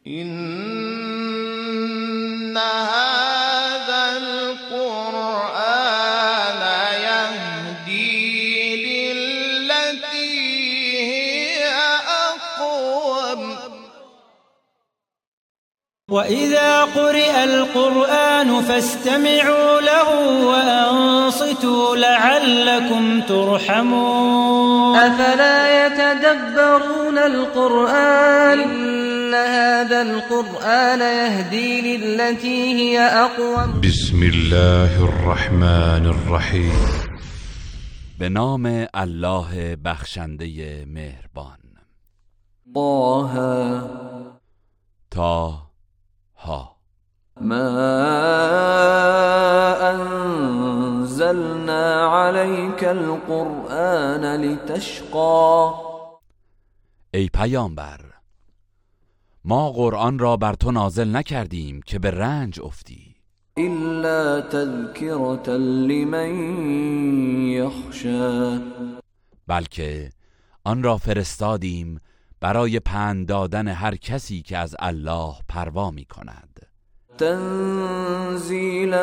إن هذا القرآن يهدي للتي هي أقوم وإذا قرئ القرآن فاستمعوا له وأنصتوا لعلكم ترحمون أفلا يتدبرون القرآن إن هذا القرآن يهدي للتي هي أقوم بسم الله الرحمن الرحیم. به نام الله بخشنده مهربان. طه ها ما أنزلنا عليك القرآن لتشقى. ای پیامبر، ما قرآن را بر تو نازل نکردیم که به رنج افتی، إلا تذكرة لمن يخشى، بلکه آن را فرستادیم برای پند دادن هر کسی که از الله پروا می کند. تنزیلا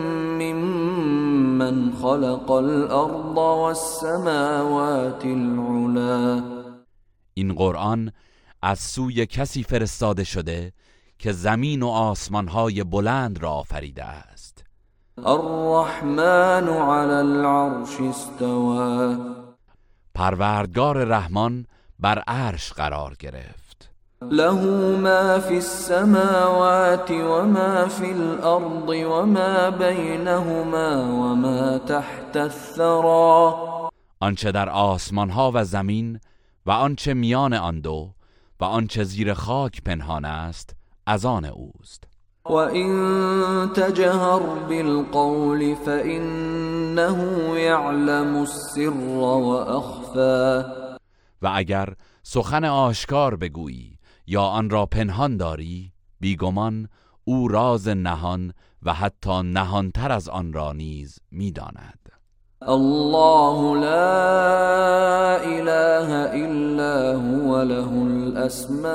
ممن خلق الارض والسماوات العلا. این قرآن از سوی کسی فرستاده شده که زمین و آسمانهای بلند را آفریده است. الرحمن علی العرش استوى. پروردگار رحمان بر عرش قرار گرفت. له ما فی السماوات و ما فی الارض و ما بینهما و ما تحت الثرى. آنچه در آسمان ها و زمین و آنچه میان آن دو و آنچه زیر خاک پنهان است از آن اوست. و این تجهر بالقول فإنه یعلم السر و اخفى. و اگر سخن آشکار بگویی یا آن را پنهان داری، بیگمان او راز نهان و حتی نهانتر از آن را نیز می‌داند. الله لا اله الا هو له الاسماء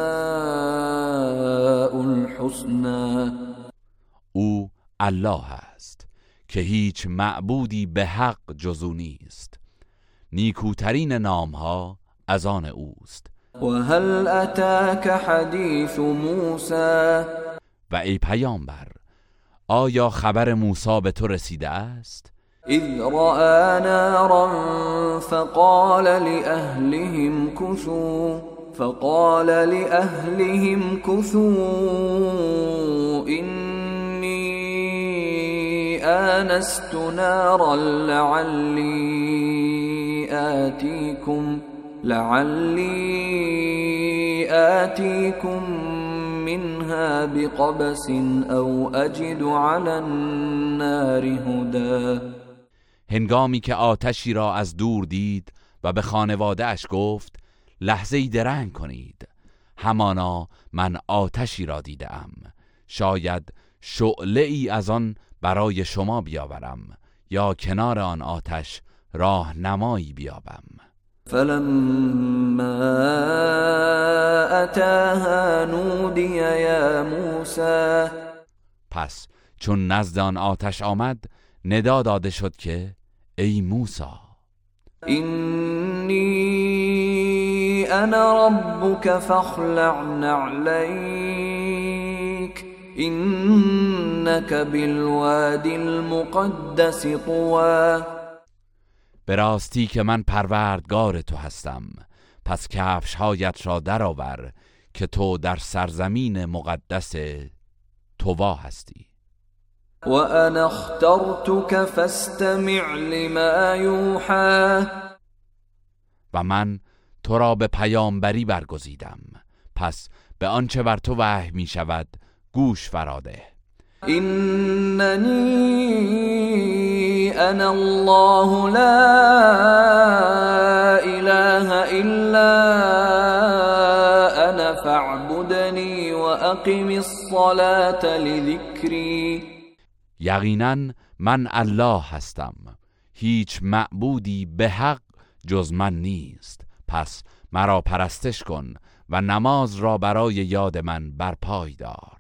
الحسنى. او الله است که هیچ معبودی به حق جز او نیست، نیکوترین نامها از آن اوست. و هل اتاک حدیث موسی. و ای پیامبر، آیا خبر موسی به تو رسیده است؟ اذ رأى نارا فقال لأهلهم كثوا إني آنست نارا لعلی آتیكم منها بقبس او اجد على النار هدى. هنگامی که آتشی را از دور دید و به خانواده اش گفت لحظه‌ای درنگ کنید، همانا من آتشی را دیدم، شاید شعله ای از آن برای شما بیاورم یا کنار آن آتش راهنمایی بیابم. فلما اتاها نودی یا موسی. پس چون نزد آن آتش آمد ندا داده شد که ای موسی، اینی انا ربک فاخلع نعلیک اینک بالوادی المقدس طوی. به راستی که من پروردگار تو هستم، پس کفش‌هایت را درآور که تو در سرزمین مقدس طوا هستی. و انا اخترتک فاستمع لما یوحی. و من تو را به پیامبری برگزیدم، پس به آنچه بر تو وحی می شود گوش فراده. ایننی انا الله لا اله الا انا فاعبدنی و اقم الصلاة لذکری. یقینا من الله هستم، هیچ معبودی به حق جز من نیست، پس مرا پرستش کن و نماز را برای یاد من برپای دار.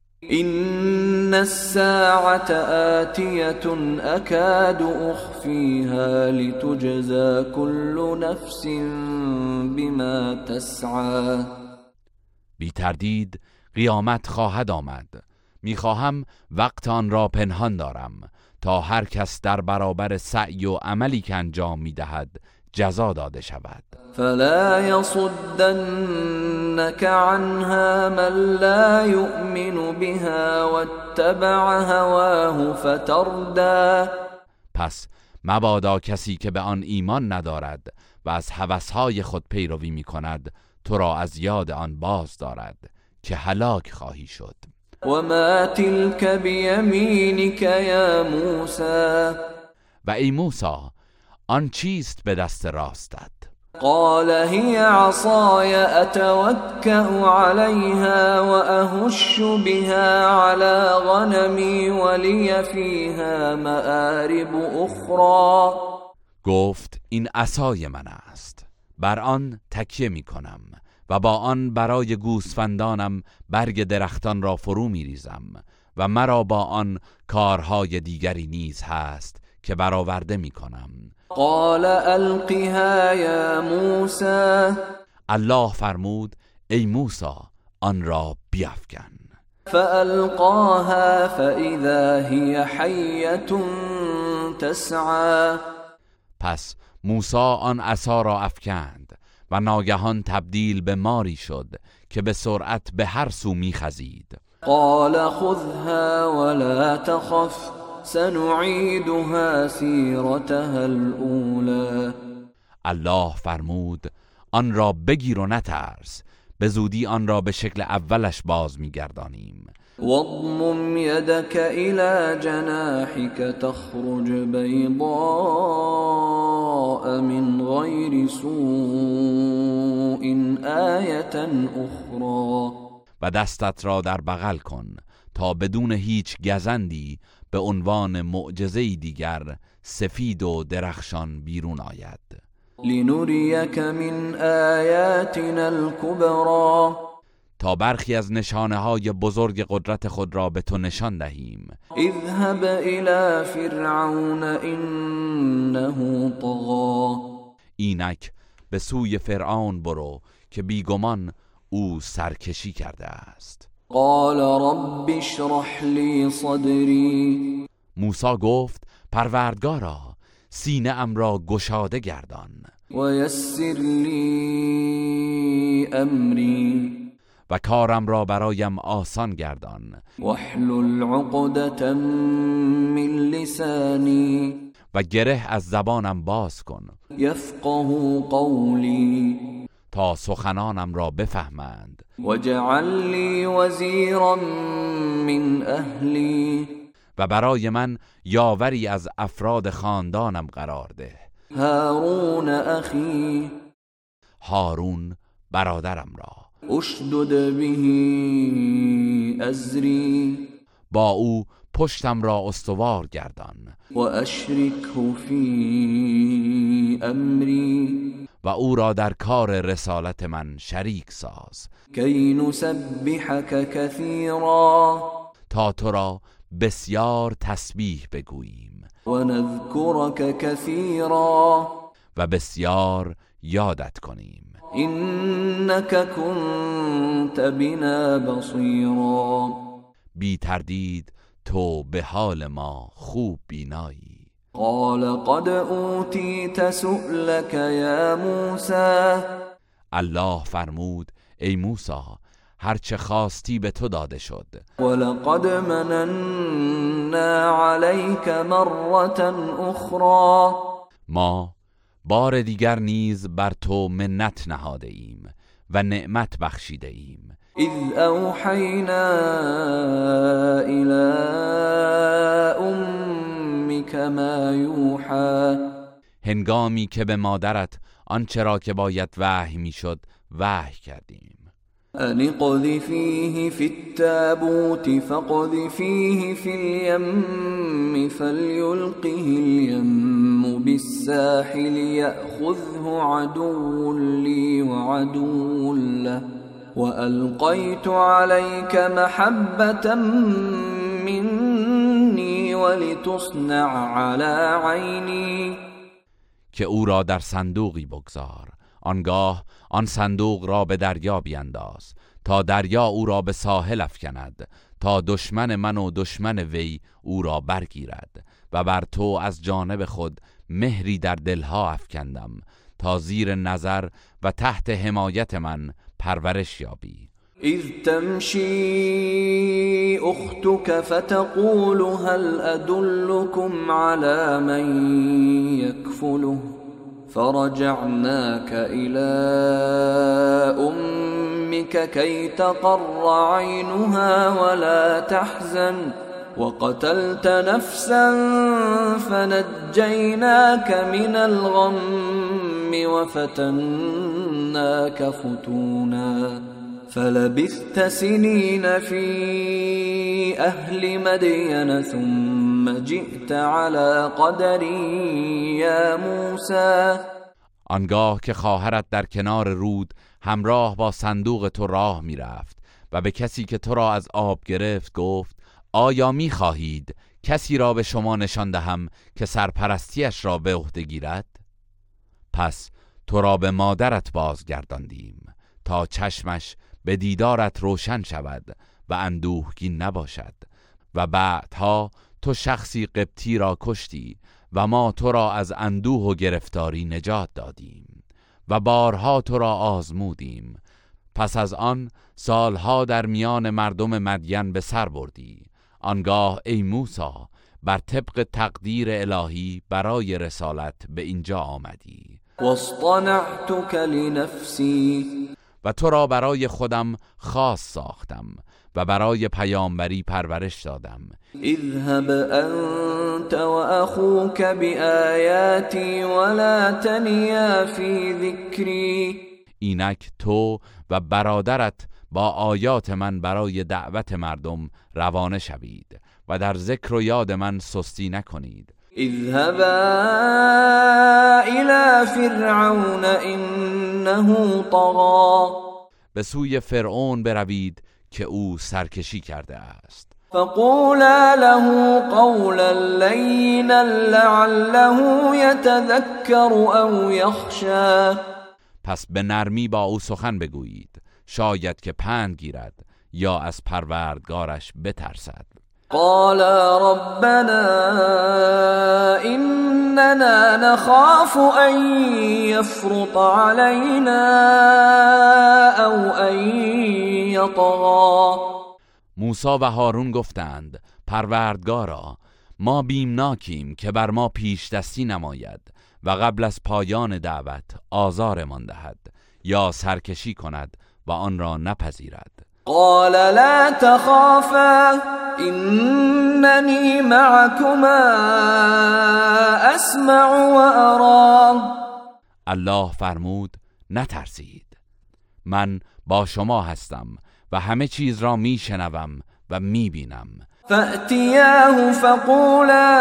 إن الساعة آتية أكاد أخفيها لتجزى كل نفس بما تسعى. بی تردید قیامت خواهد آمد. میخواهم وقت آن را پنهان دارم تا هر کس در برابر سعی و عملی که انجام میدهد جزا داده شود. فلا يصدنك عنها من لا يؤمن بها واتبع هواه فتردى. پس مبادا کسی که به آن ایمان ندارد و از هوسهای خود پیروی می کند تو را از یاد آن باز دارد که هلاک خواهی شد. وما تلك بيمينك يا موسى. و ای موسی آن چیست به دست راستت؟ قال هي عصاي أتوكأ عليها وأهش بها على غنمي ولي فيها مآرب أخرى. گفت این عصای من است، بر آن تکیه می کنم و با آن برای گوسفندانم برگ درختان را فرو می ریزم و مرا با آن کارهای دیگری نیز هست که برآورده می کنم. قال القها یا موسی. الله فرمود ای موسی آن را بیفکن. فالقاها فاذا هی حیة تسعى. پس موسی آن عصا را افکند و ناگهان تبدیل به ماری شد که به سرعت به هر سو می‌خزید. قال خذها ولا تخف سنعيدها سیرتها الاولى. الله فرمود آن را بگیر و نترس، به زودی آن را به شکل اولش باز می‌گردانیم. واضمم يدك إلى جناحك تخرج بيضاء من غير سوء آية أخرى. و دستت را در بغل کن تا بدون هیچ گزندی به عنوان معجزه‌ای دیگر سفید و درخشان بیرون آید. لنريك من آياتنا الكبرى. تا برخی از نشانه های بزرگ قدرت خود را به تو نشان دهیم. اذهب الى فرعون انه طغى. اینک به سوی فرعون برو که بیگمان او سرکشی کرده است. قال رب اشرح لی صدری. موسی گفت پروردگارا سینه ام را گشاده گردان. ویسر لی امری. و کارم را برایم آسان گردان. واحلل عقدة من لسانی. و گره از زبانم باز کن. یفقه قولی. تا سخنانم را بفهمند. واجعل لی وزیرا من اهلی. و برای من یاوری از افراد خاندانم قرار ده. هارون اخی. هارون برادرم را. اشدد به ازری. با او پشتم را استوار گردان. و اشرکه فی امری. و او را در کار رسالت من شریک ساز. کی نسبحک کثیرا. تا تو را بسیار تسبیح بگوییم. و نذکرک کثیرا. و بسیار یادت کنیم. انک کنت بنا بصیرا. بی تردید تو به حال ما خوب بینایی. قال قد اوتیت سؤلک یا موسی. الله فرمود ای موسی هرچه خواستی به تو داده شد. ولقد مننا علیک مرة اخرى. ما بار دیگر نیز بر تو منت نهاده ایم و نعمت بخشیده ایم. اذ اوحینا الی امک ما یوحی. هنگامی که به مادرت آنچه را که باید وحی میشد وحی کردیم. ان اقذفیه فی التابوت فاقذفیه فی الیم فلیلقه الیم بالساحل یأخذه عدو لی وعدو له وألقيت عليك محبة مني ولتصنع على عيني. که او را در صندوقی بگذار، آنگاه آن صندوق را به دریا بینداز تا دریا او را به ساحل افکند، تا دشمن من و دشمن وی او را برگیرد. و بر تو از جانب خود مهری در دلها افکندم تا زیر نظر و تحت حمایت من پرورش یابی. اذ تمشي اختك فتقول هل ادلكم على من يكفله فرجعناك الى امك كي تقر عينها ولا تحزن وقتلت نفسا فنجيناك من الغم وفتناك فتونا فلبثت سنين في أهل مدين ثم جئت على قدری یا موسی. آنگاه که خواهرت در کنار رود همراه با صندوق تو راه می رفت و به کسی که تو را از آب گرفت گفت آیا می خواهید کسی را به شما نشان دهم که سرپرستیش را به عهده گیرد؟ پس تو را به مادرت بازگرداندیم تا چشمش به دیدارت روشن شود و اندوهگین نباشد. و بعدها تو شخصی قبطی را کشتی و ما تو را از اندوه و گرفتاری نجات دادیم و بارها تو را آزمودیم. پس از آن سالها در میان مردم مدین به سر بردی. آنگاه ای موسی بر طبق تقدیر الهی برای رسالت به اینجا آمدی. واصطنعتك لنفسی، و تو را برای خودم خاص ساختم و برای پیامبری پرورش دادم. اذهب انت واخوك بآیاتی ولا تنیا فی ذکری. اینک تو و برادرت با آیات من برای دعوت مردم روانه شوید و در ذکر و یاد من سستی نکنید. اذهبا الى فرعون انه طغى. به سوی فرعون بروید که او سرکشی کرده است. فقولا له قولا لینا لعله یتذکر او یخشی. پس به نرمی با او سخن بگویید، شاید که پند گیرد یا از پروردگارش بترسد. قال ربنا اننا نخاف ان يفرط علينا او ان يطغى. موسی و هارون گفتند پروردگارا ما بیمناکیم که بر ما پیش دستی نماید و قبل از پایان دعوت آزارمان دهد یا سرکشی کند و آن را نپذیرد. قال لا تخافا انني معكما اسمع وارى. الله فرمود نترسید، من با شما هستم و همه چیز را میشنوم و میبینم. فأتياه فقولا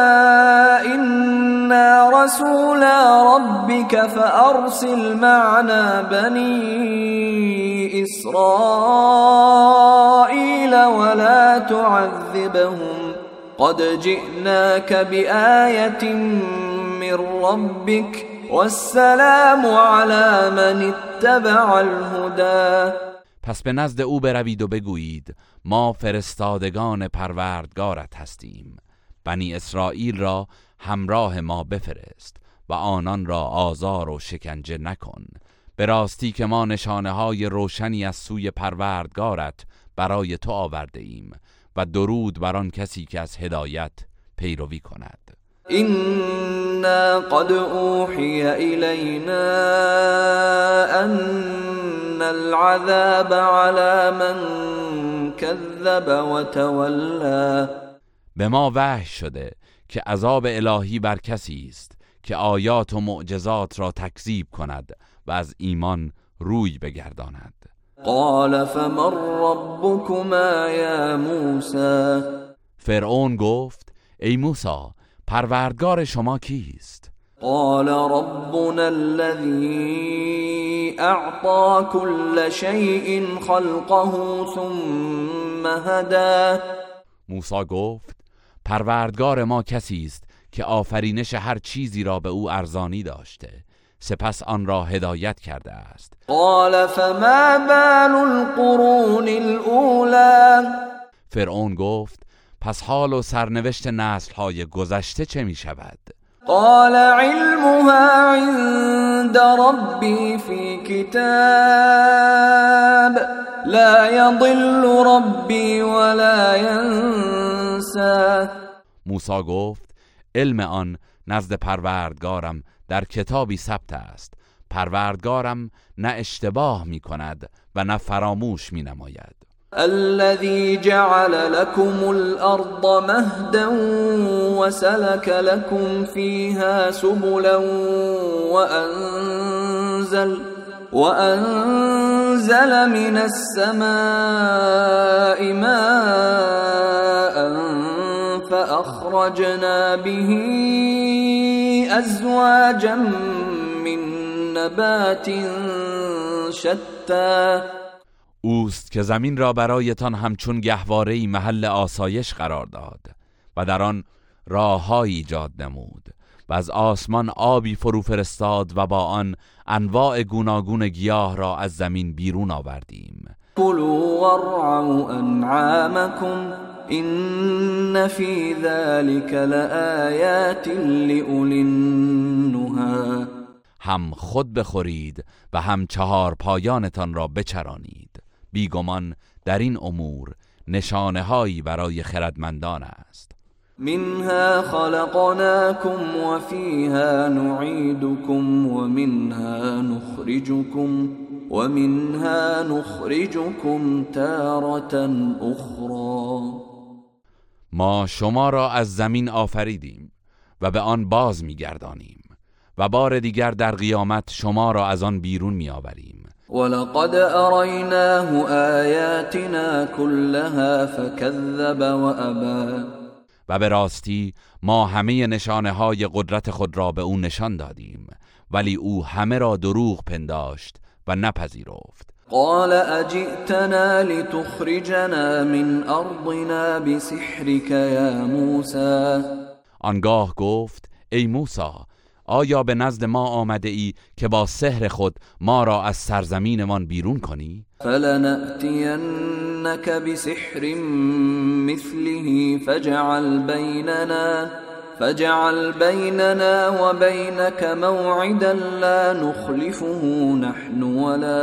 إنا رسولا ربك فأرسل معنا بني إسرائيل ولا تعذبهم قد جئناك بآية من ربك والسلام على من اتبع الهدى. پس به نزد او بروید و بگویید ما فرستادگان پروردگارت هستیم، بنی اسرائیل را همراه ما بفرست و آنان را آزار و شکنجه نکن. به راستی که ما نشانه های روشنی از سوی پروردگارت برای تو آورده ایم و درود بر آن کسی که از هدایت پیروی کند. إنا قد أوحي إلينا أن العذاب على من كذب وتولى. به ما وحی شده که عذاب الهی بر کسی است که آیات و معجزات را تکذیب کند و از ایمان روی بگرداند. قال فمن ربكما یا موسی. فرعون گفت ای موسی پروردگار شما کیست؟ قال ربنا الذي اعطى كل شيء خلقه ثم هدى. موسی گفت پروردگار ما کسی است که آفرینش هر چیزی را به او ارزانی داشته سپس آن را هدایت کرده است. قال فما بال القرون الاولى. فرعون گفت پس حال و سرنوشت نسل‌های گذشته چه می شود؟ قال علمها عند ربي في كتاب لا يضل ربي ولا ينسى. موسی گفت علم آن نزد پروردگارم در کتابی ثبت است. پروردگارم نه اشتباه می کند و نه فراموش می نماید. الذي جعل لكم الأرض مهدا وسلك لكم فيها سبلا وأنزل من السماء ماء فأخرجنا به أزواجا من نبات شتى. اوست که زمین را برایتان همچون گهواره‌ای محل آسایش قرار داد و در آن راه‌هایی ایجاد نمود و از آسمان آبی فرو فرستاد و با آن انواع گوناگون گیاه را از زمین بیرون آوردیم. كلوا وارعوا انعامكم ان في ذلك لآیات لأولی النهی. هم خود بخورید و هم چهار پایانتان را بچرانید. بیگمان در این امور نشانه هایی برای خردمندان است. منها خلقناكم وفيها نعيدكم ومنها نخرجكم تارة أخرى. ما شما را از زمین آفریدیم و به آن باز می‌گردانیم و بار دیگر در قیامت شما را از آن بیرون می‌آوریم. ولقد أريناه آياتنا كلها فكذب وأبى. و به راستی ما همه نشانه های قدرت خود را به او نشان دادیم ولی او همه را دروغ پنداشت و نپذیرفت. قال اجئتنا لتخرجنا من ارضنا بسحرك یا موسی. آنگاه گفت ای موسی آیا به نزد ما آمده ای که با سحر خود ما را از سرزمینمان بیرون کنی؟ فلنأتینك بسحر مثله فاجعل بيننا وبينك موعدا لا نخلفه نحن ولا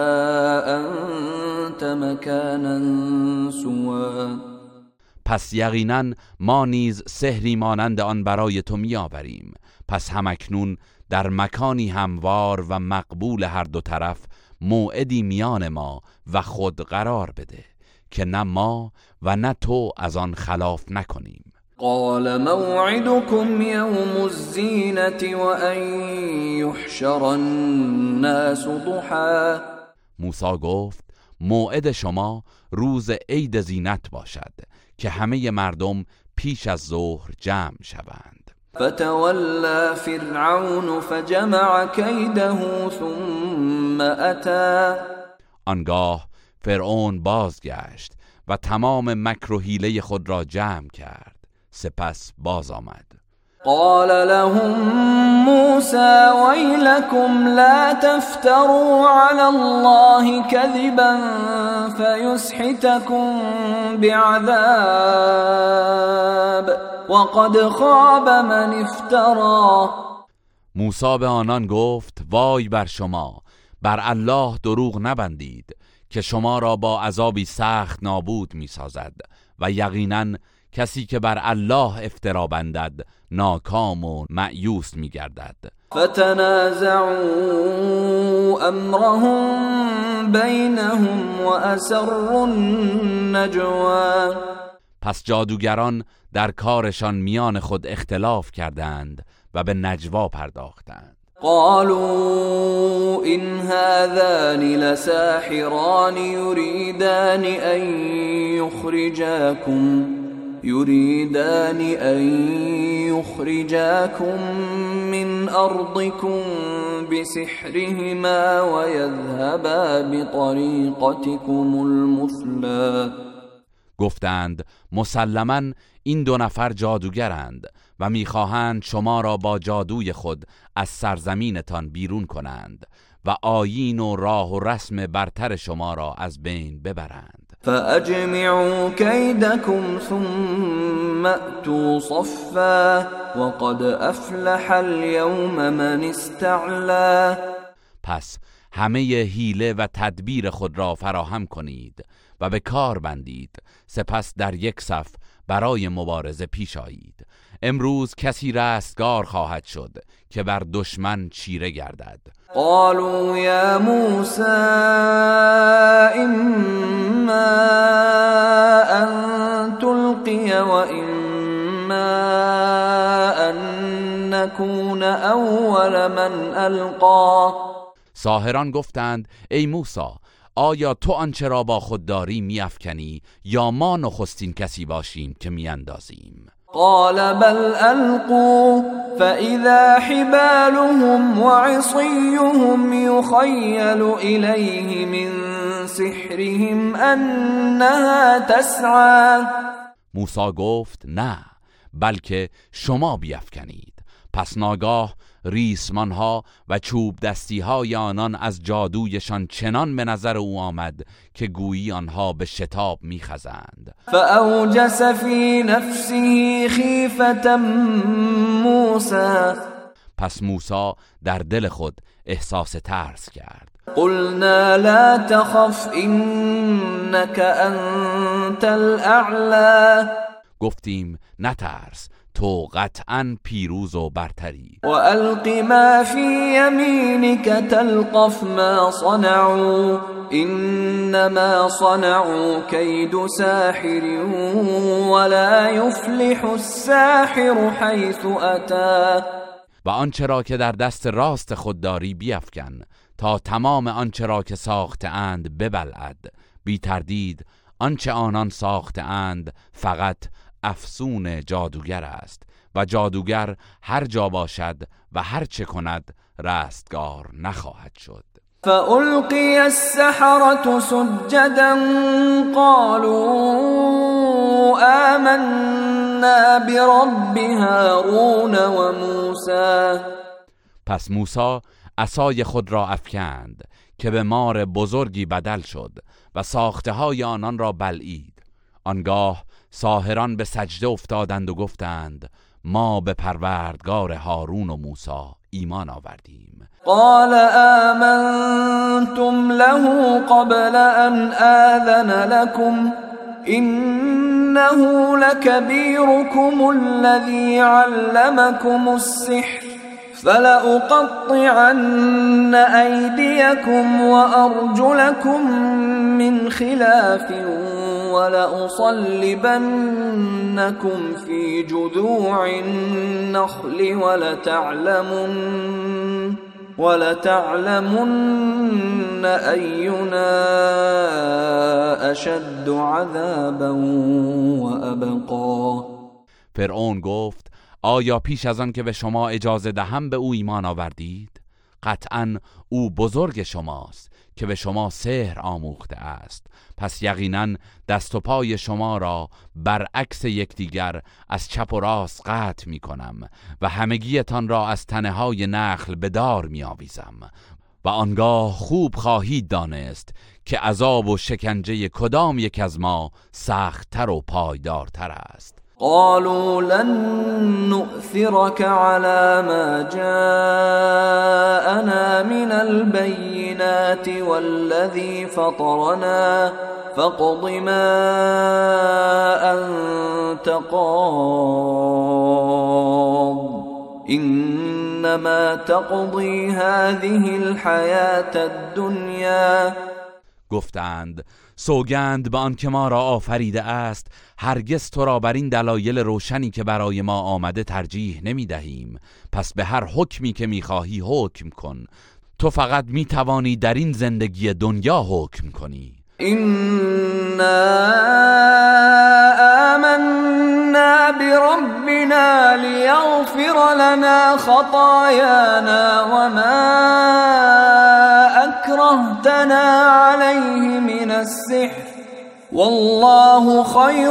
أنت مكانا سوا. پس یقینا ما نیز سحری مانند آن برای تو میآوریم. پس همکنون در مکانی هموار و مقبول هر دو طرف موعدی میان ما و خود قرار بده که نه ما و نه تو از آن خلاف نکنیم. قال موعدكم يوم الزينة وأن يحشر الناس ضحى. موسی گفت موعد شما روز عید زینت باشد که همه مردم پیش از ظهر جمع شوند. فتولى فرعون فجمع كيده ثم أتى. آنگاه فرعون بازگشت و تمام مکر و حیله خود را جمع کرد سپس باز آمد. قال لهم موسى ويلكم لا تفتروا على الله كذبا فيسحتكم بعذاب وقد خاب من افترى. موسی به آنان گفت وای بر شما، بر الله دروغ نبندید که شما را با عذابی سخت نابود می سازد و یقینا کسی که بر الله افترا بندد ناکام و مأیوس می گردد. فتنازعوا امرهم بینهم و اسروا النجوا. پس جادوگران در کارشان میان خود اختلاف کردند و به نجوا پرداختند. قالوا إن هذان لساحران يريدان أن يخرجاكم من أرضكم بسحرهما ويذهبا بطريقتكم المثلى. گفتند مسلماً این دو نفر جادوگرند و میخواهند شما را با جادوی خود از سرزمینتان بیرون کنند و آیین و راه و رسم برتر شما را از بین ببرند. فأجمعوا كيدكم ثم أتوا صفا وقد أفلح اليوم من استعلا. پس همه حیله و تدبیر خود را فراهم کنید و به کار بندید، سپس در یک صف برای مبارزه پیش آیید. امروز کسی رستگار خواهد شد که بر دشمن چیره گردد. قالوا يا موسى إما أن تلقي وإما أن نكون أول من ألقى. ساحران گفتند ای موسی، آیا تو آنچه را با خود داری میافکنی یا ما نخستین کسی باشیم که میاندازیم؟ قال بل ألقوا فإذا حبالهم وعصيهم يخيل إليه من سحرهم أنها تسعى. موسی گفت نه، بلکه شما بیافکنید. پس ناگاه ریسمانها و چوب دستیهای آنان از جادویشان چنان به نظر او آمد که گویی آنها به شتاب میخزند. فأوجس في نفسه خیفة موسى. پس موسی در دل خود احساس ترس کرد. قلنا لا تخف إنك أنت الأعلى. گفتیم نترس، تو قطعاً پیروز و برتری. وألق ما في يمينك تلقف ما صنعوا إنما صنعوا كيد ساحر ولا يفلح الساحر حيث أتى. و آنچه را که در دست راست خود داری بیفکن تا تمام آنچه را که ساخته اند ببلعد. بی تردید آنچه آنان ساخته اند فقط افسون جادوگر است و جادوگر هر جا باشد و هر چه کند رستگار نخواهد شد. فألقي السحرة سجدا قالوا آمنا برب هارون وموسى. پس موسی عصای خود را افکند که به مار بزرگی بدل شد و ساخته های آنان را بلعید. آنگاه ساحران به سجده افتادند و گفتند ما به پروردگار هارون و موسی ایمان آوردیم. قال آمنتم له قبل أن آذن لكم إنه لكبيركم الذي علمكم السحر فلأقطعن أيديكم وأرجلكم من خلاف ولأصلبنكم في جذوع النخل ولتعلمن أينا أشد عذابا وأبقى. فرعون گفت آیا پیش از آن که به شما اجازه دهم به او ایمان آوردید؟ قطعاً او بزرگ شماست که به شما سحر آموخته است. پس یقیناً دست و پای شما را برعکس یکدیگر از چپ و راست قطع می کنم و همگیتان را از تنه های نخل به دار می آویزم و آنگاه خوب خواهید دانست که عذاب و شکنجه کدام یک از ما سخت‌تر و پایدارتر است. قالوا لن نؤثرك على ما جاءنا من البينات والذي فطرنا فاقض ما أنت قاض إنما تقضي هذه الحياة الدنيا. گفتند سوگند به آن که ما را آفریده است هرگز تو را بر این دلایل روشنی که برای ما آمده ترجیح نمی دهیم. پس به هر حکمی که می خواهی حکم کن. تو فقط می توانی در این زندگی دنیا حکم کنی. إنا آمنا بربنا ليغفر یغفر لنا خطایانا وما اکرهتنا علیه من السحر والله خیر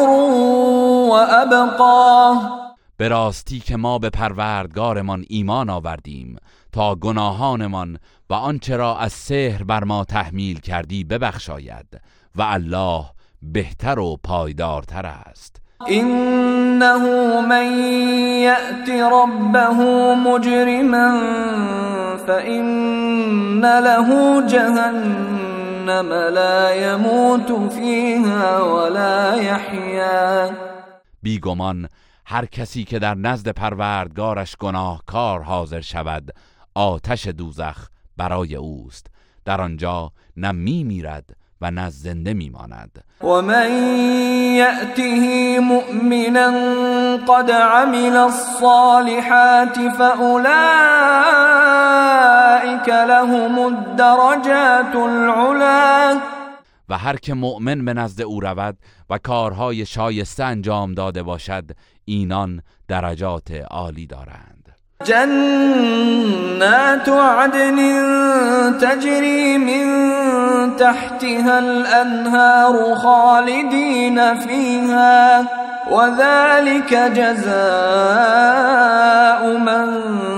وابقا. به راستی که ما به پروردگارمان ایمان آوردیم تا گناهانمان و آنچه را از سحر بر ما تحمیل کردی ببخشاید و الله بهتر و پایدارتر است. انه من یأت ربه مجرما فإن له جهنم لا يموت فيها ولا يحيا. بیگمان هر کسی که در نزد پروردگارش گناهکار حاضر شود آتش دوزخ برای اوست، در آنجا نه میمیرد و نه زنده میماند. و من یأته مؤمنا قد عمل الصالحات فأولئک لهم الدرجات العلا. و هر که مؤمن به نزد او رود و کارهای شایسته انجام داده باشد اینان درجات عالی دارند. جنات عدن تجری من تحتها الانهار خالدین فیها وذلك جزاء من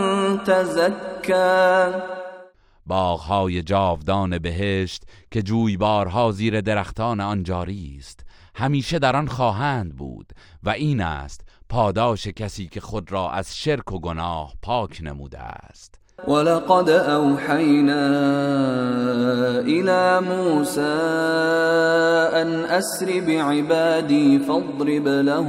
تزکی. باغ‌های جاودان بهشت که جویبارها زیر درختان آن جاری است، همیشه در آن خواهند بود و این است پاداش کسی که خود را از شرک و گناه پاک نموده است. ولقد اوحینا الی موسی ان اسر بعبادی فاضرب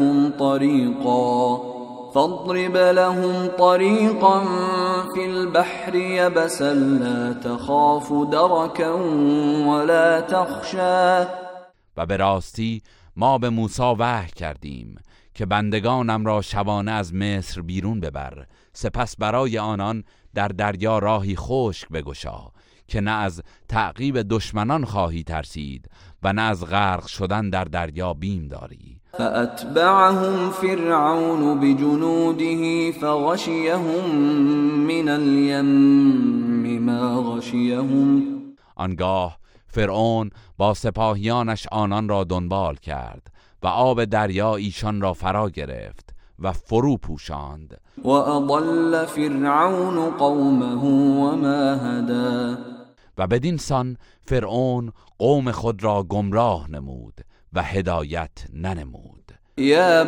لهم طریقا فی البحر یبسا لا تخاف درکا ولا تخشا. و به راستی ما به موسی وحی کردیم که بندگانم را شبانه از مصر بیرون ببر، سپس برای آنان در دریا راهی خشک بگشا که نه از تعقیب دشمنان خواهی ترسید و نه از غرق شدن در دریا بیم داری. فأتبعهم فرعون بجنوده فغشيهم من اليم ما غشيهم. آنگاه فرعون با سپاهیانش آنان را دنبال کرد و آب دریا ایشان را فرا گرفت و فرو پوشاند. و اضل فرعون قومه وما هدا. و بدین سان فرعون قوم خود را گمراه نمود و هدایت ننمود. یا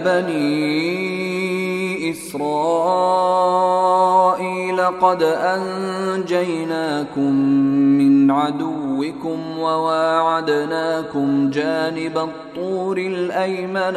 بنی اسرائیل قد انجیناکم من عدوکم وواعدناکم جانب الطور الایمن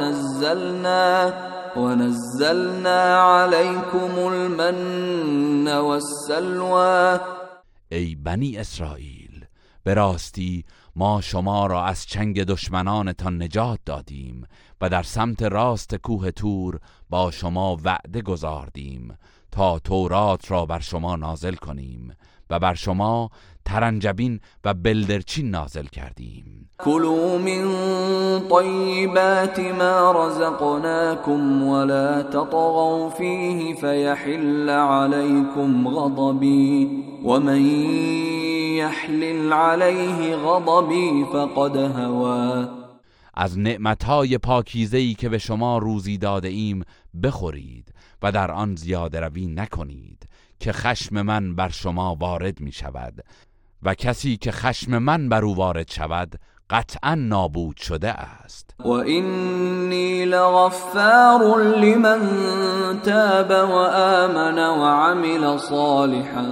ونزلنا علیکم المن والسلوى. ای بنی اسرائیل، به راستی ما شما را از چنگ دشمنانتان نجات دادیم و در سمت راست کوه تور با شما وعده گذاردیم تا تورات را بر شما نازل کنیم و بر شما ترنجبین و بلدرچین نازل کردیم. کلوا من طیبات ما رزقناکم ولا تطغوا فیه فیحل علیکم غضبی ومن یحلل علیه غضبی فقد هوی. از نعمتهای پاکیزه‌ای که به شما روزی داده ایم بخورید و در آن زیاده روی نکنید که خشم من بر شما وارد می شود و کسی که خشم من بر او وارد شود قطعا نابود شده است. و انی لغفار لمن تاب و آمن و عمل صالحا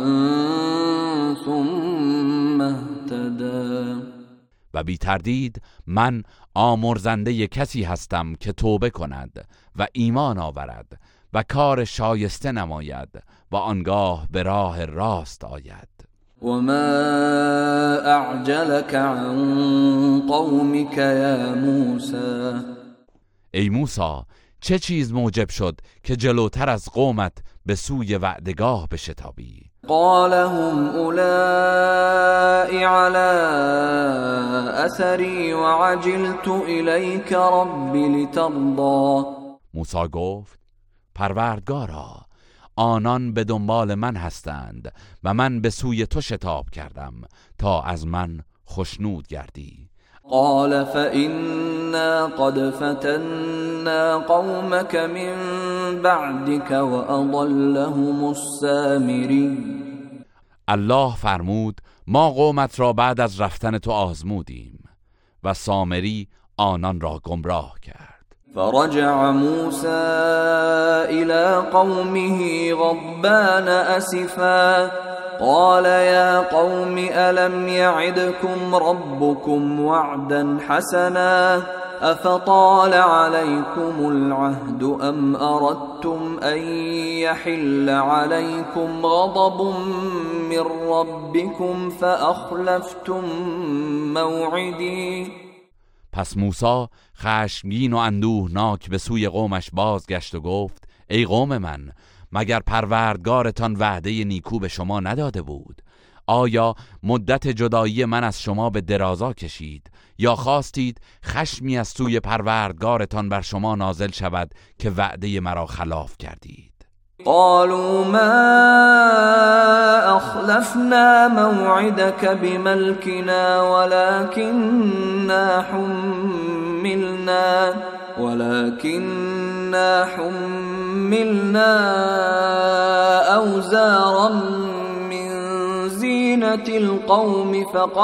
ثم اهتدى. و بی تردید من آمرزنده کسی هستم که توبه کند و ایمان آورد و کار شایسته نماید و آنگاه به راه راست آید. وما اعجلك عن قومك یا موسی. ای موسی، چه چیز موجب شد که جلوتر از قومت به سوی وعدگاه بشتابی؟ قال هم اولائی علی اثری وعجلت الیک ربی لترضی. موسی گفت پروردگارا، آنان به دنبال من هستند و من به سوی تو شتاب کردم تا از من خشنود گردی. قال فإنا قد فتنا قومك من بعدك وأضلهم السامري. الله فرمود ما قومت را بعد از رفتن تو آزمودیم و سامری آنان را گمراه کرد. فرجع موسى إلى قومه غضبان أسفا قال يا قوم ألم يعدكم ربكم وعدا حسنا أفطال عليكم العهد أم أردتم أن يحل عليكم غضب من ربكم فأخلفتم موعدي. پس موسی خشمگین و اندوهناک به سوی قومش بازگشت و گفت ای قوم من، مگر پروردگارتان وعده نیکو به شما نداده بود؟ آیا مدت جدایی من از شما به درازا کشید یا خواستید خشمی از سوی پروردگارتان بر شما نازل شود که وعده مرا خلاف کردید؟ قالوا ما أخلفنا موعدك بملكنا ولكننا حملنا أوزارا من زينة القوم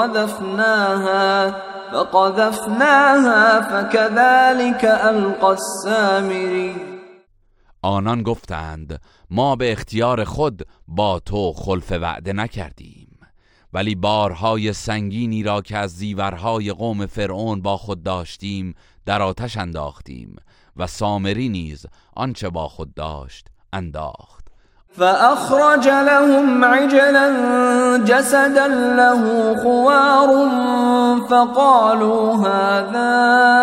فقذفناها فكذلك ألقى السامري. آنان گفتند ما به اختیار خود با تو خلف وعده نکردیم، ولی بارهای سنگینی را که از زیورهای قوم فرعون با خود داشتیم در آتش انداختیم و سامری نیز آنچه با خود داشت انداخت. فأخرج لهم عجلا جسدا له خوار فقالوا هذا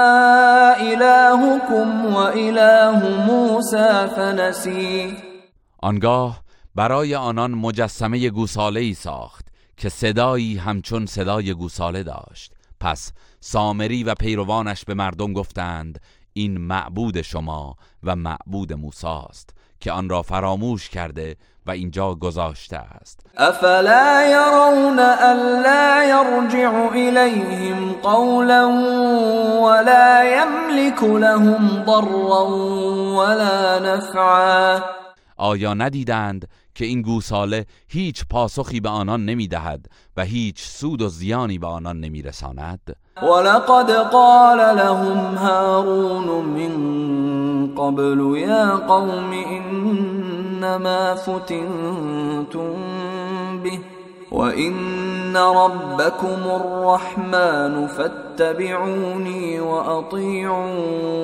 إلهكم وإله موسى فنسي. آنگاه برای آنان مجسمه گوساله‌ای ساخت که صدایی همچون صدای گوساله داشت. پس سامری و پیروانش به مردم گفتند این معبود شما و معبود موسی است که آن را فراموش کرده و اینجا گذاشته است. افلا يرون الا يرجع الیهم قولا ولا يملك لهم ضرا ولا نفعا. آیا ندیدند که این گوساله هیچ پاسخی به آنان نمیدهد و هیچ سود و زیانی به آنان نمیرساند؟ ولقد قال لهم هارون من قبل يا قوم انما فتنتم به وان ربكم الرحمن فاتبعوني واطيعوا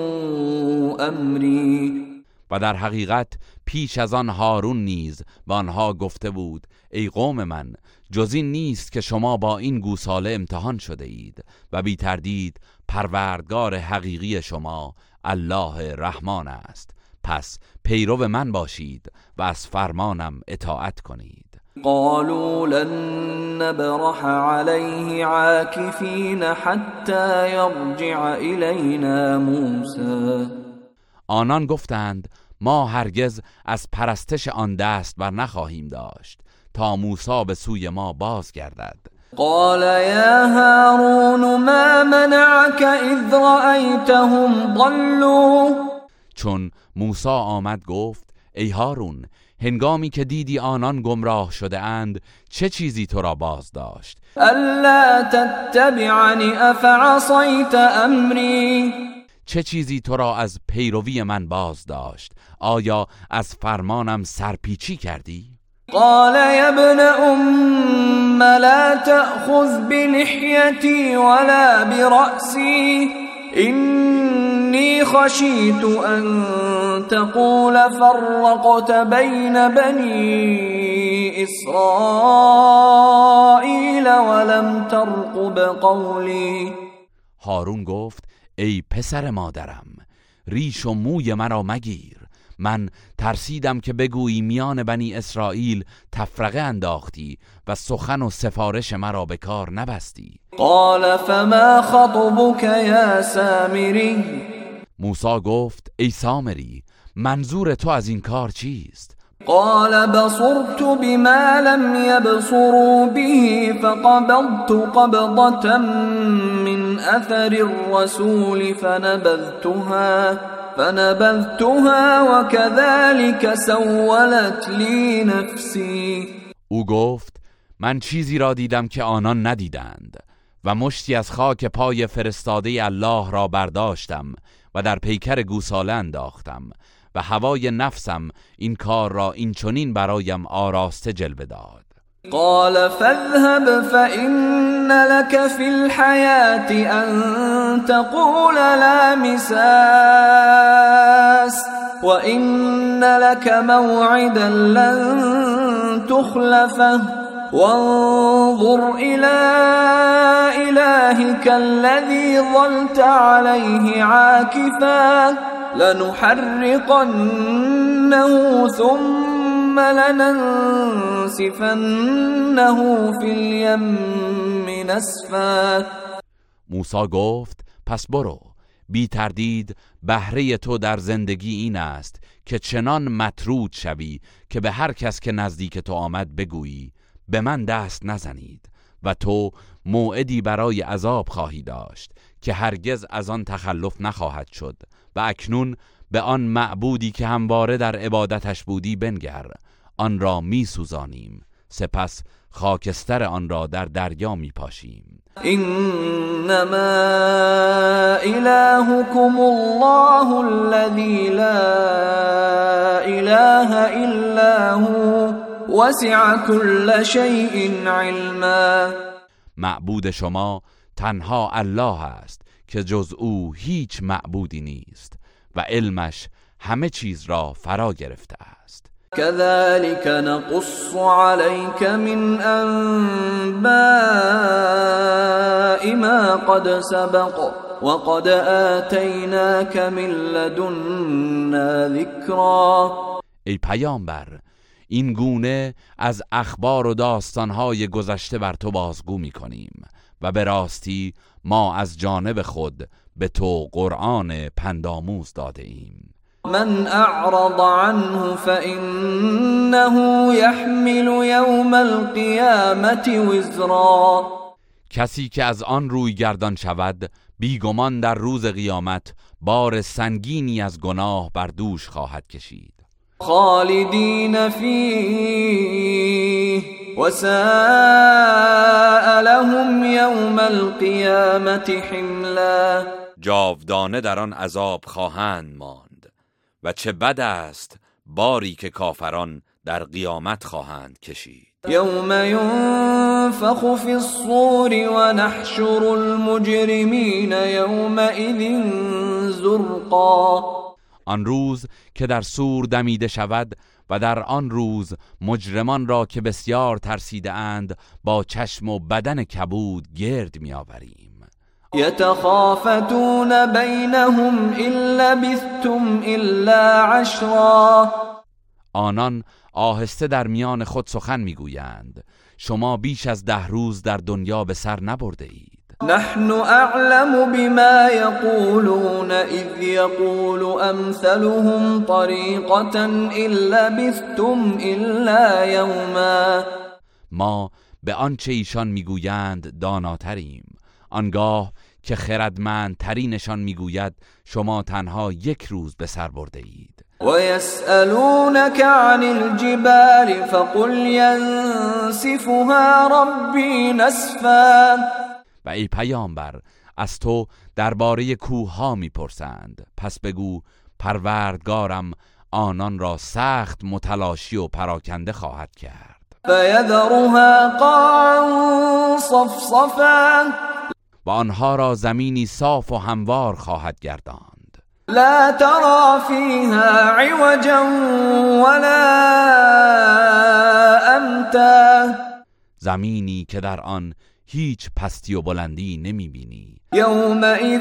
امري. و در حقیقت پیش از آن هارون نیز به آنها گفته بود ای قوم من، جز این نیست که شما با این گوساله امتحان شده اید و بی تردید پروردگار حقیقی شما الله رحمان است، پس پیرو من باشید و از فرمانم اطاعت کنید. قالوا لن نبرح عليه عاكفين حتى يرجع إلينا موسى. آنان گفتند ما هرگز از پرستش آن دست بر نخواهیم داشت تا موسی به سوی ما بازگردد. قال يا هارون ما منعك اذ رأيتهم ضلوا. چون موسی آمد گفت ای هارون، هنگامی که دیدی آنان گمراه شده اند چه چیزی تو را باز داشت؟ الا تتبعنی افعصیت امری. چه چیزی تو را از پیروی من باز داشت؟ آیا از فرمانم سرپیچی کردی؟ قال يا ابن ام لا تأخذ بلحيتي ولا برأسي إني خشيت أن تقول فرقت بين بني إسرائيل ولم ترقب قولي. هارون گفت ای پسر مادرم، ریش و موی مرا مگیر، من ترسیدم که بگویی میان بنی اسرائیل تفرقه انداختی و سخن و سفارش مرا به کار نبستی. قال فما خطبك یا سامری. موسی گفت ای سامری، منظور تو از این کار چیست؟ قال بصرت بما لم يبصروا به فقبضت قبضة من أثر الرسول فنبذتها وكذلك سولت لي نفسي. او گفت من چیزی را دیدم که آنان ندیدند و مشتی از خاک پای فرستاده الله را برداشتم و در پیکر گوساله انداختم و هوای نفسم این کار را این چنین برایم آراسته جلوه داد. قال فاذهب فإن لك في الحياة أن تقول لا مساس وإن لك موعدا لن تخلفه وانظر إلى إلهك الذي ظلت عليه عاكفا لنحرقنه ثم لننسفنه في اليم نسفا. موسی گفت پس برو، بی تردید بهره تو در زندگی این است که چنان مطرود شوی که به هر کس که نزدیک تو آمد بگویی به من دست نزنید و تو موعدی برای عذاب خواهی داشت که هرگز از آن تخلف نخواهد شد و اکنون به آن معبودی که همواره در عبادتش بودی بنگر، آن را می سوزانیم، سپس خاکستر آن را در دریا می پاشیم. انما الهكم الله الذي لا اله الا هو وسع كل شيء علما. معبود شما تنها الله است که جز او هیچ معبودی نیست و علمش همه چیز را فرا گرفته است. كذلك نقص عليك من أنباء ما قد سبق وقد آتيناك من لدنا ذكرا. ای پیامبر، این گونه از اخبار و داستانهای گذشته بر تو بازگو می کنیم و به راستی ما از جانب خود به تو قرآن پندآموز داده ایم. من اعرض عنه فإنه يحمل يوم القيامة وزرا. کسی که از آن روی گردان شود بیگمان در روز قیامت بار سنگینی از گناه بر دوش خواهد کشید. خالدین فیه وساء لهم یوم القیامة حملا. جاودانه در آن عذاب خواهند ماند و چه بد است باری که کافران در قیامت خواهند کشید. یوم ینفخ فی الصور و نحشر المجرمین یومئذ زرقا. آن روز که در صور دمیده شود و در آن روز مجرمان را که بسیار ترسیده اند با چشم و بدن کبود گرد می آوریم. یتخافتون بینهم ان لبثتم الا عشرا. آنان آهسته در میان خود سخن میگویند شما بیش از 10 روز در دنیا به سر نبرده اید. نحن اعلم بما یقولون اذ یقول امثلهم طریقة ان لبثتم الا یوما. ما به آنچه ایشان میگویند داناتریم، آنگاه که خردمندترینشان میگوید شما تنها 1 روز به سر برده اید. و یسألونک عن الجبال فقل ینسفها ربی نسفا. و ای پیامبر، از تو درباره کوه ها میپرسند، پس بگو پروردگارم آنان را سخت متلاشی و پراکنده خواهد کرد. فیذرها قاعا صفصفا. و آنها را زمینی صاف و هموار خواهد گرداند. لا ترى فيها عوجا ولا امتا. زمینی که در آن هیچ پستی و بلندی نمی بینی. یومئذ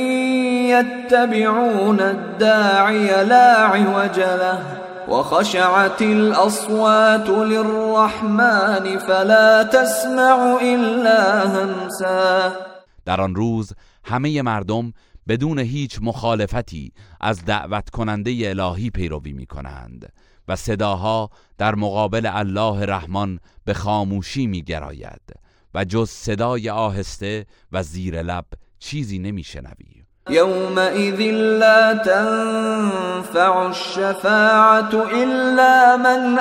یتبعون الداعی لا عوج له وخشعت الاصوات للرحمن فلا تسمع الا همسا. در آن روز همه مردم بدون هیچ مخالفتی از دعوت کننده الهی پیروی می کنند و صداها در مقابل الله رحمان به خاموشی می‌گراید و جز صدای آهسته و زیر لب چیزی نمی‌شنوی. يومئذ لا تنفع الشفاعة إلا من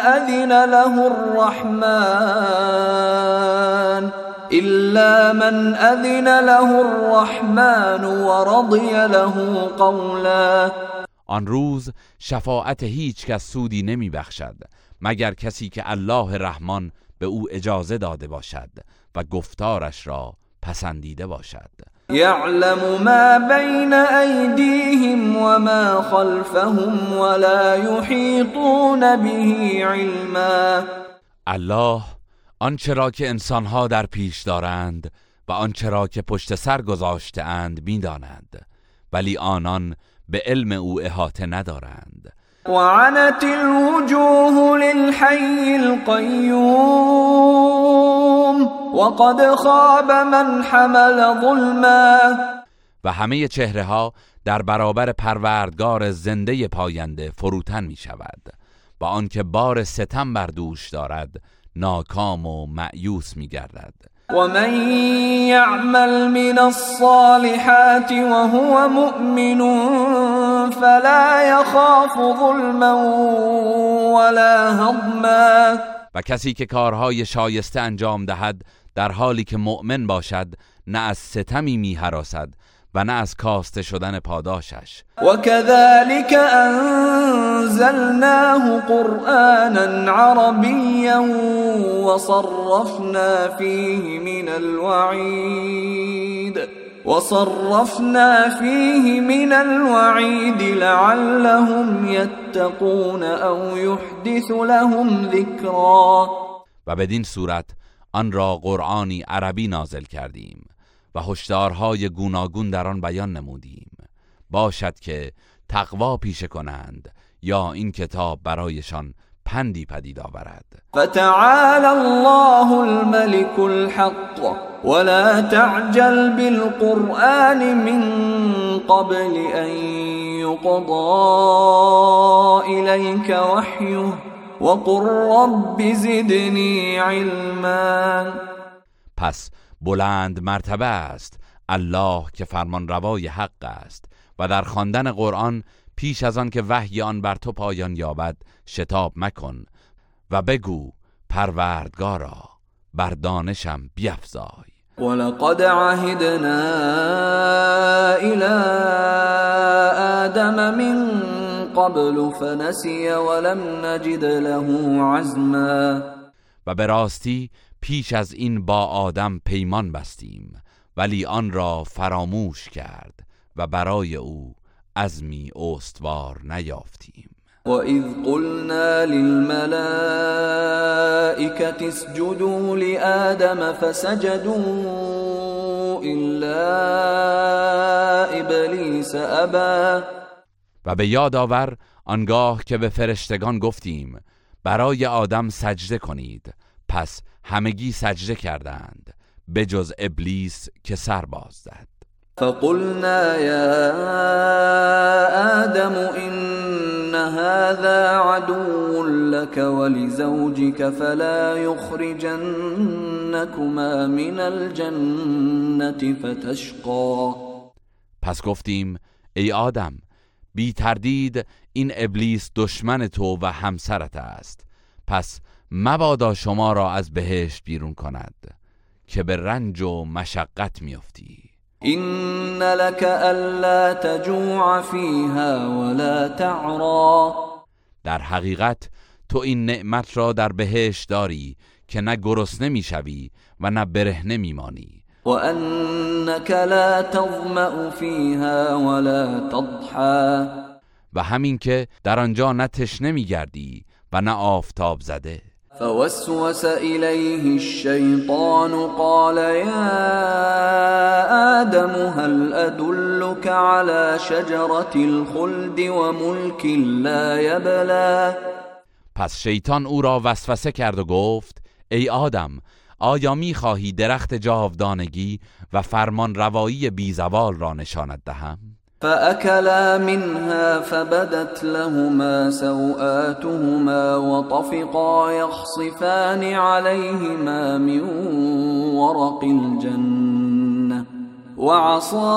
أذن له الرحمن ورضي له قولا. آن روز شفاعت هیچ کس سودی نمی بخشد مگر کسی که الله رحمان به او اجازه داده باشد و گفتارش را پسندیده باشد. يعلم ما بين أيديهم وما خلفهم ولا يحيطون به علما. الله آنچه را که انسانها در پیش دارند و آنچه را که پشت سر گذاشته اند می‌دانند، ولی آنان به علم او احاطه ندارند. وعنت الوجوه للحي القيوم وقد خاب من حمل ظلما. و همه چهره ها در برابر پروردگار زنده پاینده فروتن می شود و آنکه بار ستم بر دوش دارد ناکام و مأیوس می گردد. ومن يعمل من الصالحات وهو مؤمن فلا يخاف ظلما ولا هضما. و کسی که کارهای شایسته انجام دهد در حالی که مؤمن باشد نه از ستمی می هراسد و نه از کاسته شدن پاداشش. وكذلك أنزلناه قرآنا عربيا وصرفنا فيه من الوعيد لعلهم يتقون أو يحدث لهم ذكرا. و بدین صورت آن را قرآنی عربی نازل کردیم و هشدارهای گوناگون در آن بیان نمودیم، باشد که تقوا پیشه کنند یا این کتاب برایشان پندی پدید آورد. فتعالى الله الملك الحق ولا تعجل بالقرآن من قبل أن يقضى إليك وحيه وقل رب زدني علما. پس بلند مرتبه است الله که فرمان روای حق است و در خواندن قرآن پیش از آن که وحی آن بر تو پایان یابد شتاب مکن و بگو پروردگارا بر دانشم بیفزای. ولقد عهدنا إلى آدم من قبل فنسي ولم نجد له عزما. و به راستی پیش از این با آدم پیمان بستیم ولی آن را فراموش کرد و برای او عزمی استوار نیافتیم. وَإِذْ قُلْنَا لِلْمَلَائِكَةِ اسْجُدُوا لِآدَمَ فَسَجَدُوا إِلَّا إِبْلِيسَ أَبَى. و به یاد آور آنگاه که به فرشتگان گفتیم برای آدم سجده کنید، پس همگی سجده کردند به جز ابلیس که سر باز زد. فقلنا يا آدم إن هذا عدو لك ولزوجك فلا يخرجنكما من الجنة فتشقى. پس گفتیم ای آدم بی تردید این ابلیس دشمن تو و همسرت است، پس مبادا شما را از بهشت بیرون کند که به رنج و مشقت میافتی. إن لك ألا تجوع فيها ولا تعرى. در حقیقت تو این نعمت را در بهشت داری که نه گرسنه میشوی و نه برهنه میمانی. وأنك لا تظمأ فيها ولا تضحى. و همین که در آنجا نه تشنه میگردی و نه آفتاب زده. فوسوس إليه الشيطان قال يا آدم هل أدلك على شجرة الخلد وملك لا يبلى. پس شیطان او را وسوسه کرد و گفت ای آدم آیا می‌خواهی درخت جاودانگی و فرمان روایی بی زوال را نشانت دهم؟ فأكلا منها فبدت لهما سوآتهما وطفقا يخصفان عليهما من ورق الجنة وعصى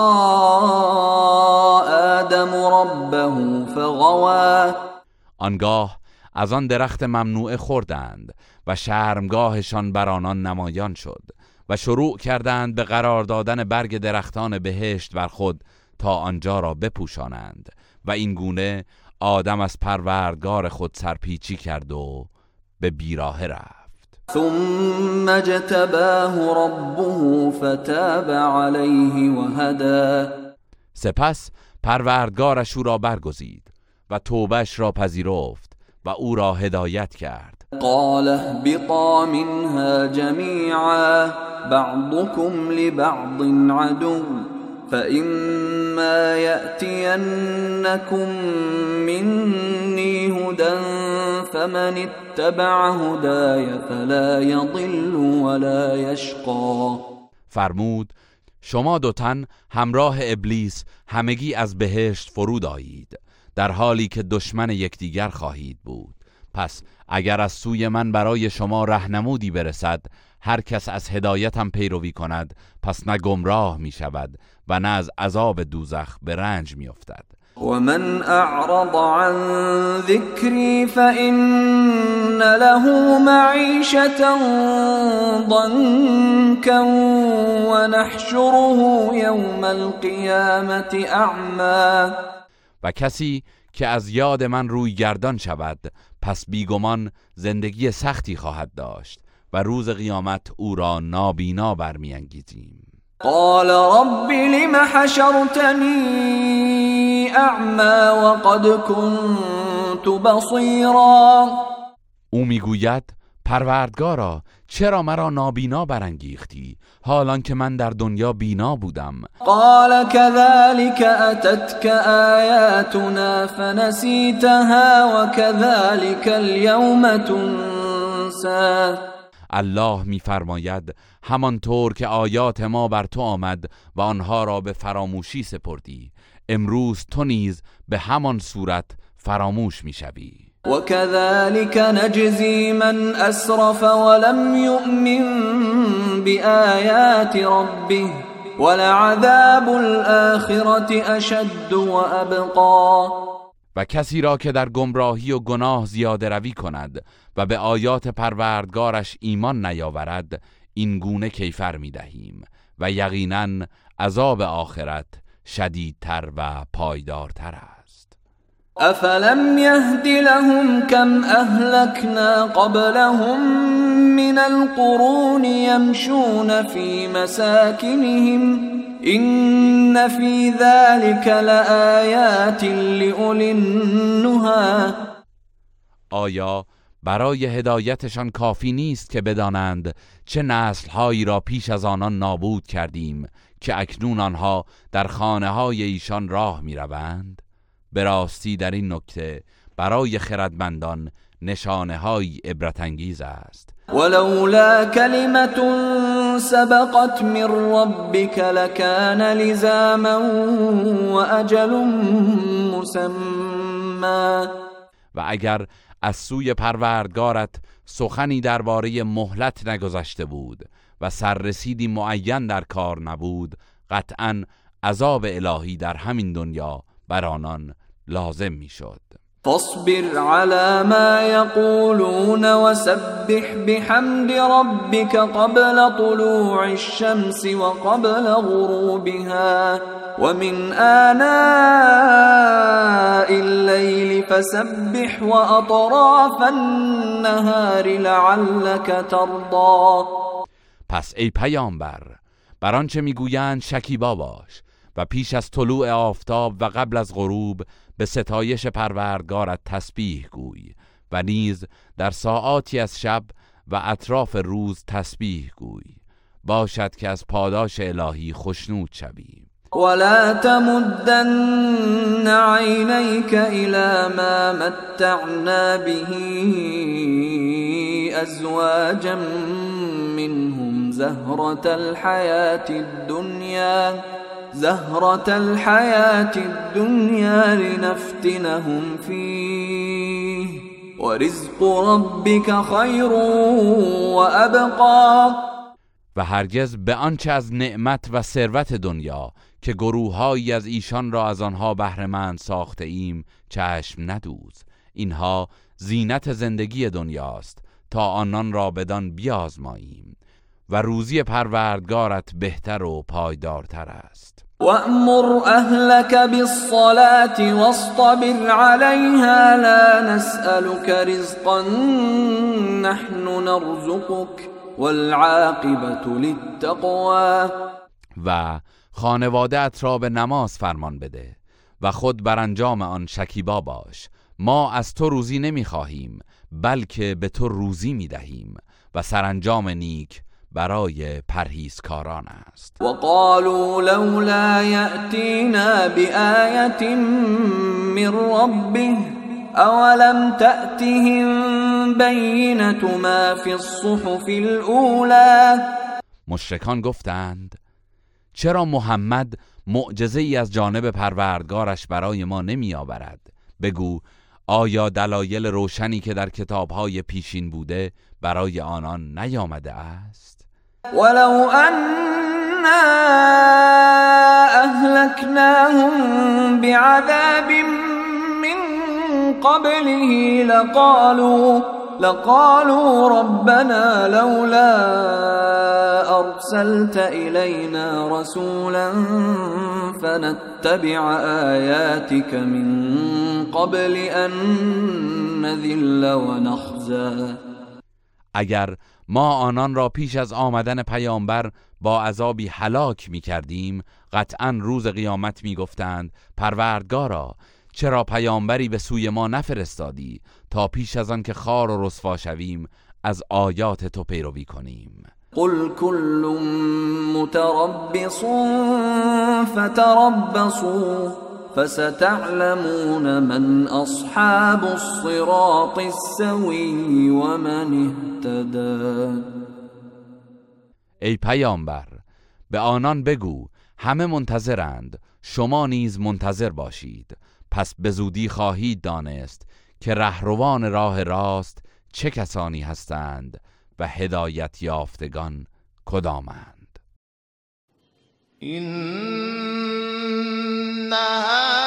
آدم ربه فغوى. آنگاه از آن درخت ممنوعه خوردند و شرمگاهشان بر آنان نمایان شد و شروع کردند به قرار دادن برگ درختان بهشت بر خود تا آنجا را بپوشانند و این گونه آدم از پروردگار خود سرپیچی کرد و به بیراهه رفت. ثم اجتباه ربه فتاب علیه و هدی. سپس پروردگارش او را برگزید و توبهش را پذیرفت و او را هدایت کرد. قال اهبطا منها جمیعا بعضكم لبعض عدو فإما يأتينكم مني هدى فمن اتبع هداي فلا يضل ولا يشقى. فرمود شما دو تن همراه ابلیس همگی از بهشت فرود آیید در حالی که دشمن یکدیگر خواهید بود. پس اگر از سوی من برای شما رهنمودی برسد هر کس از هدایتم پیروی کند پس نه گمراه می شود و نه از عذاب دوزخ به رنج می افتد. ومن اعرض عن ذكري فإن له معيشة ضنكا ونحشره يوم القيامة أعمى. و کسی که از یاد من روی گردان شود پس بیگمان زندگی سختی خواهد داشت و روز قیامت او را نابینا برمی‌انگیزیم. قال رب لم حشرتنی اعما وقد كنت بصیرا. او میگوید پروردگارا چرا مرا نابینا برانگیختی حالان که من در دنیا بینا بودم. قال كذلك اتتك آیاتنا فنسیتها وكذلك اليوم تنسى. الله میفرماید همانطور که آیات ما بر تو آمد و آنها را به فراموشی سپردی امروز تو نیز به همان صورت فراموش میشوی. وكذلك نجزي من اسرف ولم يؤمن بآيات ربه ولعذاب الآخرة اشد وابقى. و کسی را که در گمراهی و گناه زیاده روی کند و به آیات پروردگارش ایمان نیاورد این گونه کیفر می دهیم و یقیناً عذاب آخرت شدیدتر و پایدارتر است. افلم یهد لهم کم اهلکنا قبلهم من القرون یمشون فی مساکنهم این فی ذلك لآیات لأولی النهی. آیا برای هدایتشان کافی نیست که بدانند چه نسل‌هایی را پیش از آنان نابود کردیم که اکنون آنها در خانه‌های ایشان راه می‌روند؟ به راستی در این نکته برای خردمندان نشانه‌های عبرت‌انگیز است. ولولا کلمة سبقت من ربك لكان لزاما واجل مسمى. و اگر از سوی پروردگارت سخنی درباره مهلت نگذشته بود و سررسیدی معین در کار نبود قطعاً عذاب الهی در همین دنیا بر آنان لازم میشد. فاصبر على ما يقولون وسبح بحمد ربك قبل طلوع الشمس وقبل غروبها ومن آناء الليل فسبح وأطراف النهار لعلك ترضى. پس ای پیامبر بر آنچه میگویند شکیبا باش و پیش از طلوع آفتاب و قبل از غروب به ستایش پروردگارت تسبیح گوی و نیز در ساعاتی از شب و اطراف روز تسبیح گوی باشد که از پاداش الهی خوشنود شوی. ولا تمدن عينيك إلى ما متعنا به أزواجا منهم زهرة الحياة الدنيا زهرة الحياة الدنيا لنفتنهم فيه ورزق ربك خیر وابقا. و هرگز به آنچه از نعمت و ثروت دنیا که گروه‌هایی از ایشان را از آنها بهره‌مند ساخته ایم چشم ندوز. اینها زینت زندگی دنیاست تا آنان را بدان بیازماییم و روزی پروردگارت بهتر و پایدارتر است. وأمر أهلك بالصلاة واصطبر عليها لا نسألك رزقا نحن نرزقك والعاقبة للتقوى. و خانواده‌ات را به نماز فرمان بده و خود بر انجام آن شکیبا باش. ما از تو روزی نمی‌خواهیم بلکه به تو روزی می‌دهیم و سرانجام نیک برای پرهیزکاران است. وقالوا لولا يأتينا بآية من ربه اولم تأتهم بينة ما في الصحف الأولى. مشرکان گفتند چرا محمد معجزه‌ای از جانب پروردگارش برای ما نمی آورد؟ بگو آیا دلایل روشنی که در کتاب‌های پیشین بوده برای آنان نیامده است؟ ولو أنا أهلكناهم بعذاب من قبله لقالوا ربنا لولا أرسلت إلينا رسولا فنتبع آياتك من قبل أن نذل ونخزى. اگر ما آنان را پیش از آمدن پیامبر با عذابی هلاک می کردیم قطعا روز قیامت می گفتند پروردگارا چرا پیامبری به سوی ما نفرستادی تا پیش از آن که خوار و رسوا شویم از آیات تو پیروی کنیم. قل كل متربص فتربصوا فستعلمون من اصحاب الصراط السوي ومن اهتدى. ای پیامبر به آنان بگو همه منتظرند، شما نیز منتظر باشید، پس به زودی خواهید دانست که رهروان راه راست چه کسانی هستند و هدایت یافتگان کدامند. إن